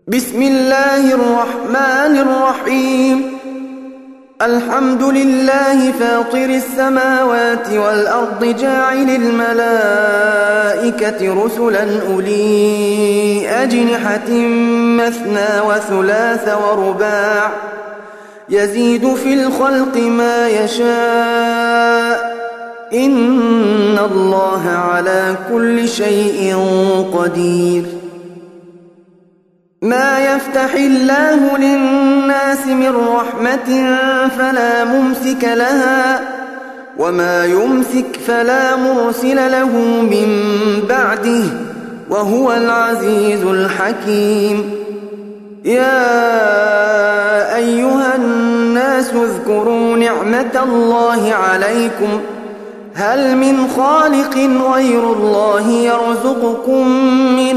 بسم الله الرحمن الرحيم. الحمد لله فاطر السماوات والأرض جاعل الملائكة رسلا أولي أجنحة مثنى وثلاث ورباع يزيد في الخلق ما يشاء إن الله على كل شيء قدير. ما يفتح الله للناس من رحمة فلا ممسك لها وما يمسك فلا مرسل له من بعده وهو العزيز الحكيم. يا أيها الناس اذكروا نعمة الله عليكم هل من خالق غير الله يرزقكم من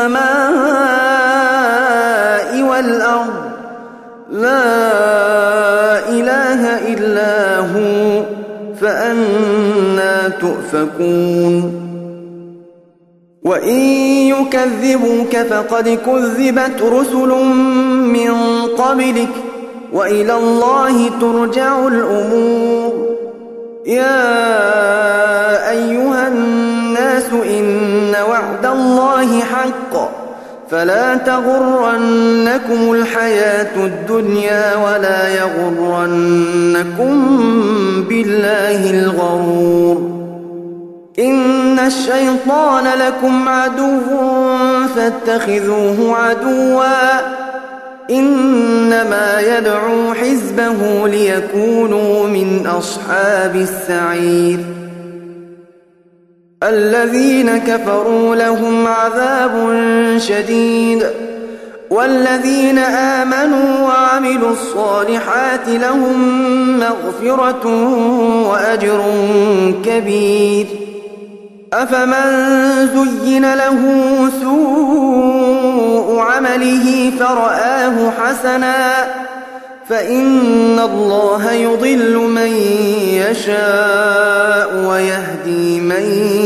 السماء والأرض لا إله إلا هو فأنى تؤفكون. وإن يكذبوك فقد كذبت رسل من قبلك وإلى الله ترجع الأمور. يا أيها الناس إن وعد الله حق فلا تغرنكم الحياة الدنيا ولا يغرنكم بالله الغرور. إن الشيطان لكم عدو فاتخذوه عدوا إنما يدعو حزبه ليكونوا من أصحاب السعير. الذين كفروا لهم عذاب شديد والذين آمنوا وعملوا الصالحات لهم مغفرة وأجر كبير. أفمن زين له سوء عمله فرآه حسنا فإن الله يضل من يشاء ويهدي من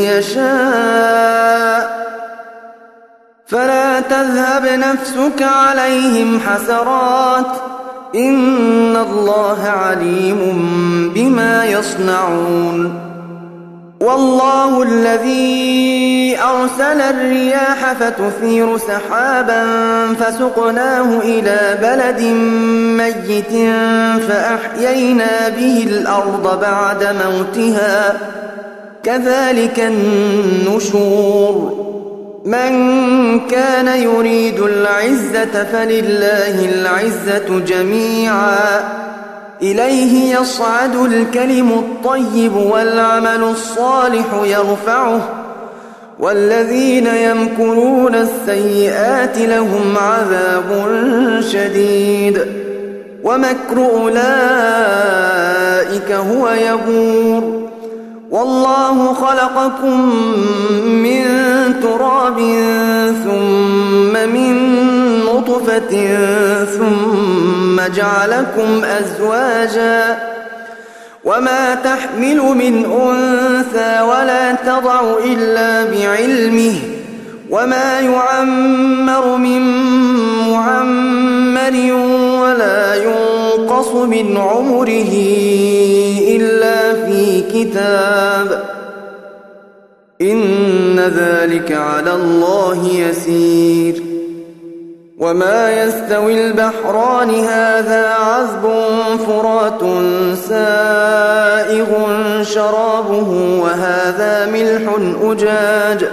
يشاء فلا تذهب نفسك عليهم حسرات إن الله عليم بما يصنعون. والله الذي أرسل الرياح فتثير سحابا فسقناه إلى بلد ميت فأحيينا به الأرض بعد موتها كذلك النشور. من كان يريد العزة فلله العزة جميعا إليه يصعد الكلم الطيب والعمل الصالح يرفعه والذين يمكرون السيئات لهم عذاب شديد ومكر أولئك هو يبور. والله خلقكم من تراب ثم من نطفة ثم جعلكم أزواجا وما تحمل من أنثى ولا تضع إلا بعلمه وما يعمر من معمر ولا ينقص من عمره إلا في كتاب إن ذلك على الله يسير. وما يستوي البحران هذا عذب فرات سائغ شرابه وهذا ملح أجاج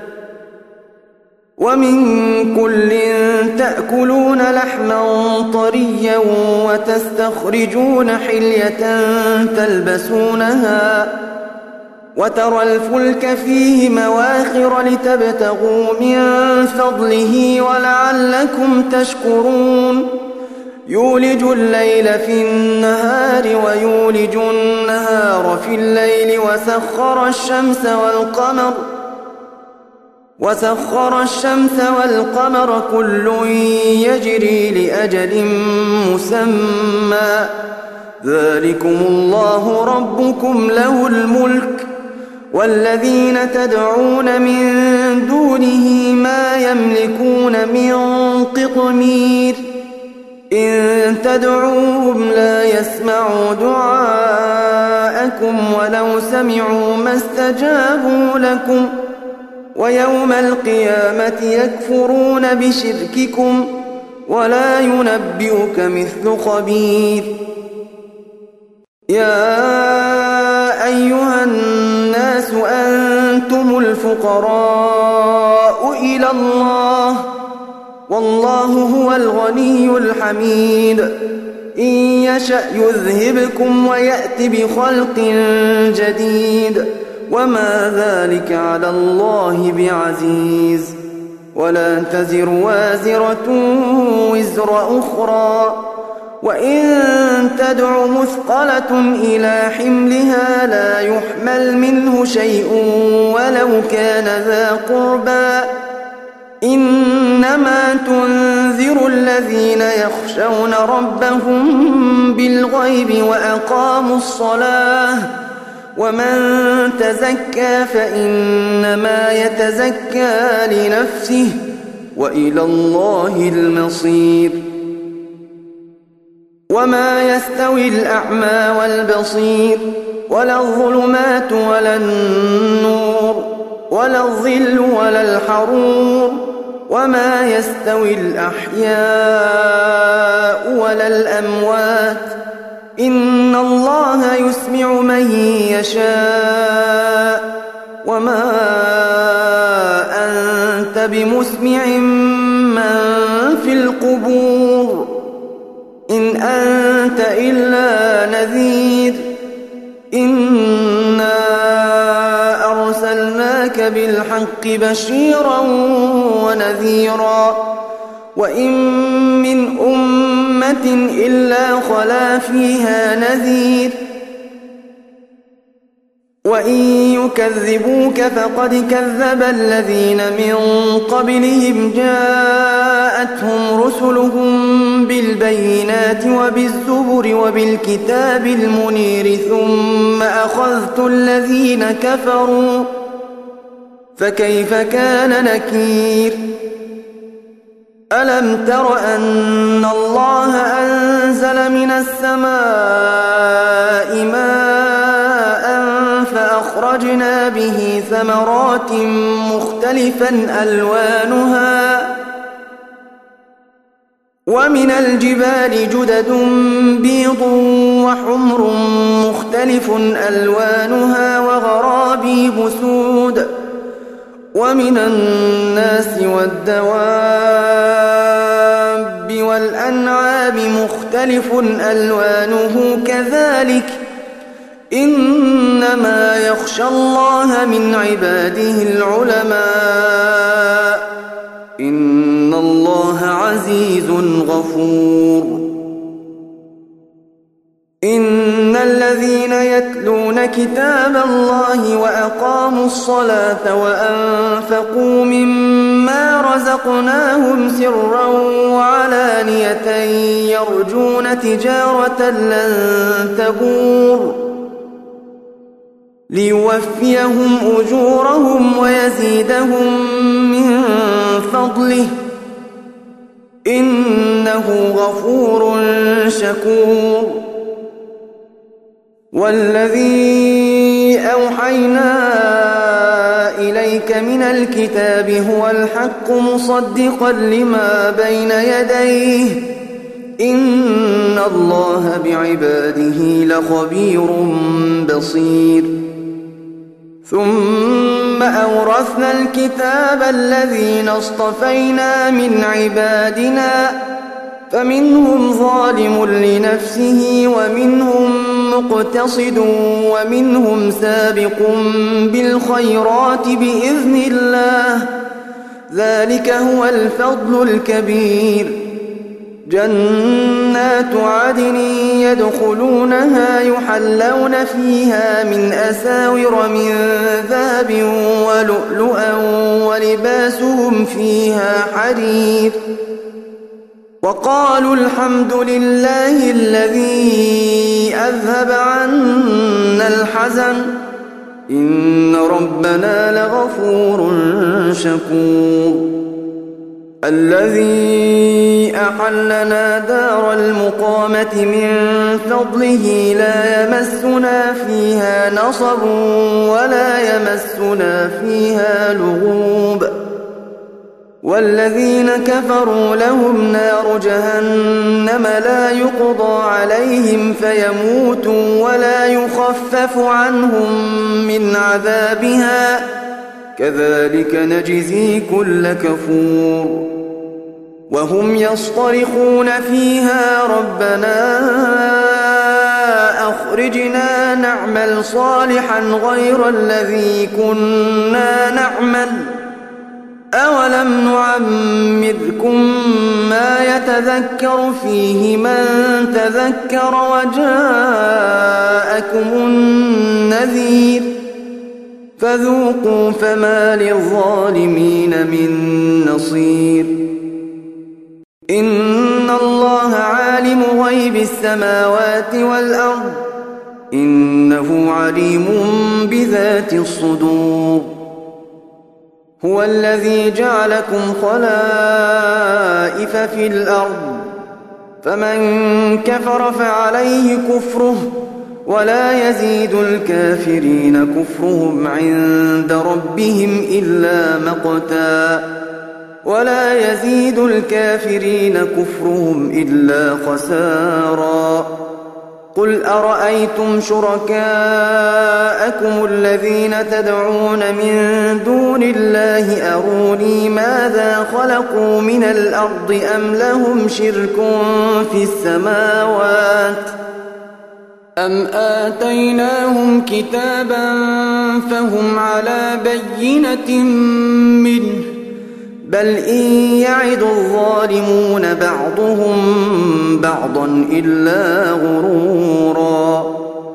ومن كل تأكلون لحما طريا وتستخرجون حلية تلبسونها وترى الفلك فيه مواخر لتبتغوا من فضله ولعلكم تشكرون. يولج الليل في النهار ويولج النهار في الليل وسخر الشمس والقمر كل يجري لأجل مسمى ذلكم الله ربكم له الملك والذين تدعون من دونه ما يملكون من قطمير إن تدعوهم لا يسمعوا دعاءكم ولو سمعوا ما استجابوا لكم ويوم القيامة يكفرون بشرككم ولا ينبئك مثل خبير يا أيها الناس أنتم الفقراء إلى الله والله هو الغني الحميد إن يشأ يذهبكم ويأت بخلق جديد وما ذلك على الله بعزيز ولا تزر وازرة وزر أخرى وإن تدع مثقلة إلى حملها لا يحمل منه شيء ولو كان ذا قربى إنما تنذر الذين يخشون ربهم بالغيب وأقاموا الصلاة ومن تزكى فإنما يتزكى لنفسه وإلى الله المصير وما يستوي الأعمى والبصير ولا الظلمات ولا النور ولا الظل ولا الحرور وما يستوي الأحياء ولا الأموات إن الله يسمع من يشاء وما أنت بمسمع من في القبور إن أنت إلا نذير إنا أرسلناك بالحق بشيرا ونذيرا وإن من أمة إلا خلا فيها نذير وإن يكذبوك فقد كذب الذين من قبلهم جاءتهم رسلهم بالبينات وبالزبر وبالكتاب المنير ثم أخذت الذين كفروا فكيف كان نكير ألم تر أن الله أنزل من السماء ماء فأخرجنا به ثمرات مختلفا ألوانها ومن الجبال جدد بيض وحمر مختلف ألوانها وغرابيب سود ومن الناس والدواب والأنعام مختلف ألوانه كذلك إنما يخشى الله من عباده العلماء إن الله عزيز غفور إن الذين يتلون كتاب الله وأقاموا الصلاة وأنفقوا مما رزقناهم سرا وعلانية يرجون تجارة لن تبور ليوفيهم أجورهم ويزيدهم من فضله إنه غفور شكور والذي أوحينا إليك من الكتاب هو الحق مصدقا لما بين يديه إن الله بعباده لخبير بصير ثم أورثنا الكتاب الذين اصطفينا من عبادنا فمنهم ظالم لنفسه ومنهم مقتصد ومنهم سابق بالخيرات بإذن الله ذلك هو الفضل الكبير جنات عدن يدخلونها يحلون فيها من أساور من ذهب ولؤلؤا ولباسهم فيها حرير وقالوا الحمد لله الذي أذهب عنا الحزن إن ربنا لغفور شكور الذي أحلنا دار المقامة من فضله لا يمسنا فيها نصب ولا يمسنا فيها لغوب والذين كفروا لهم نار جهنم لا يقضى عليهم فيموتوا ولا يخفف عنهم من عذابها كذلك نجزي كل كفور وهم يصطرخون فيها ربنا أخرجنا نعمل صالحا غير الذي كنا نعمل أولم نعمركم ما يتذكر فيه من تذكر وجاءكم النذير فذوقوا فما للظالمين من نصير إن الله عالم غيب السماوات والأرض إنه عليم بذات الصدور هو الذي جعلكم خلائف في الأرض فمن كفر فعليه كفره ولا يزيد الكافرين كفرهم عند ربهم إلا مقتا ولا يزيد الكافرين كفرهم إلا خسارا قل أرأيتم شركاءكم الذين تدعون من دون الله أروني ماذا خلقوا من الأرض أم لهم شرك في السماوات أم آتيناهم كتابا فهم على بينة منه بل إن يعد الظالمون بعضهم بعضا إلا غرورا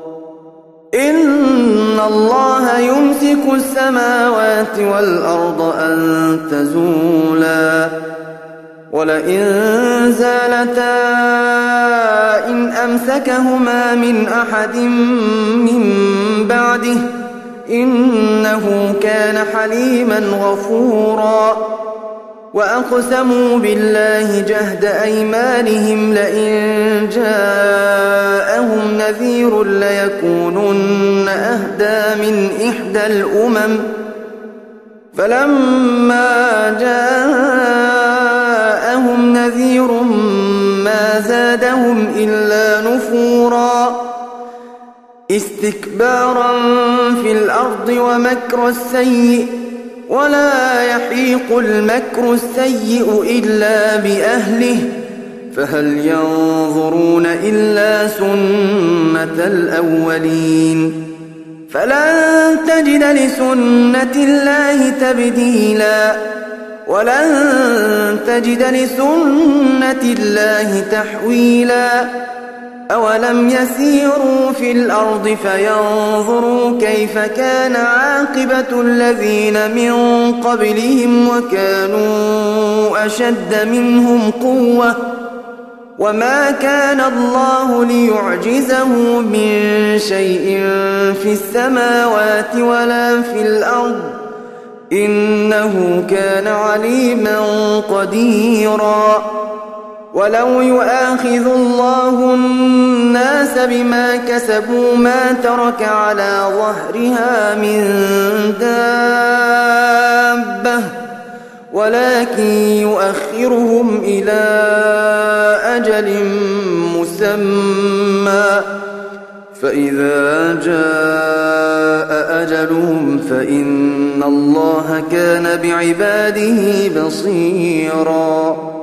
إن الله يمسك السماوات والأرض أن تزولا ولئن زالتا إن أمسكهما من أحد من بعده إنه كان حليما غفورا وأقسموا بالله جهد أيمانهم لئن جاءهم نذير ليكونن أهدى من إحدى الأمم فلما جاءهم نذير ما زادهم إلا نفورا استكبارا في الأرض ومكر السيء ولا يحيق المكر السيء إلا بأهله فهل ينظرون إلا سنة الأولين فلن تجد لسنة الله تبديلا ولن تجد لسنة الله تحويلا أولم يسيروا في الأرض فينظروا كيف كان عاقبة الذين من قبلهم وكانوا أشد منهم قوة وما كان الله ليعجزه من شيء في السماوات ولا في الأرض إنه كان عليما قديرا ولو يؤاخذ الله الناس بما كسبوا ما ترك على ظهرها من دابة ولكن يؤخرهم إلى أجل مسمى فإذا جاء أجلهم فإن الله كان بعباده بصيرا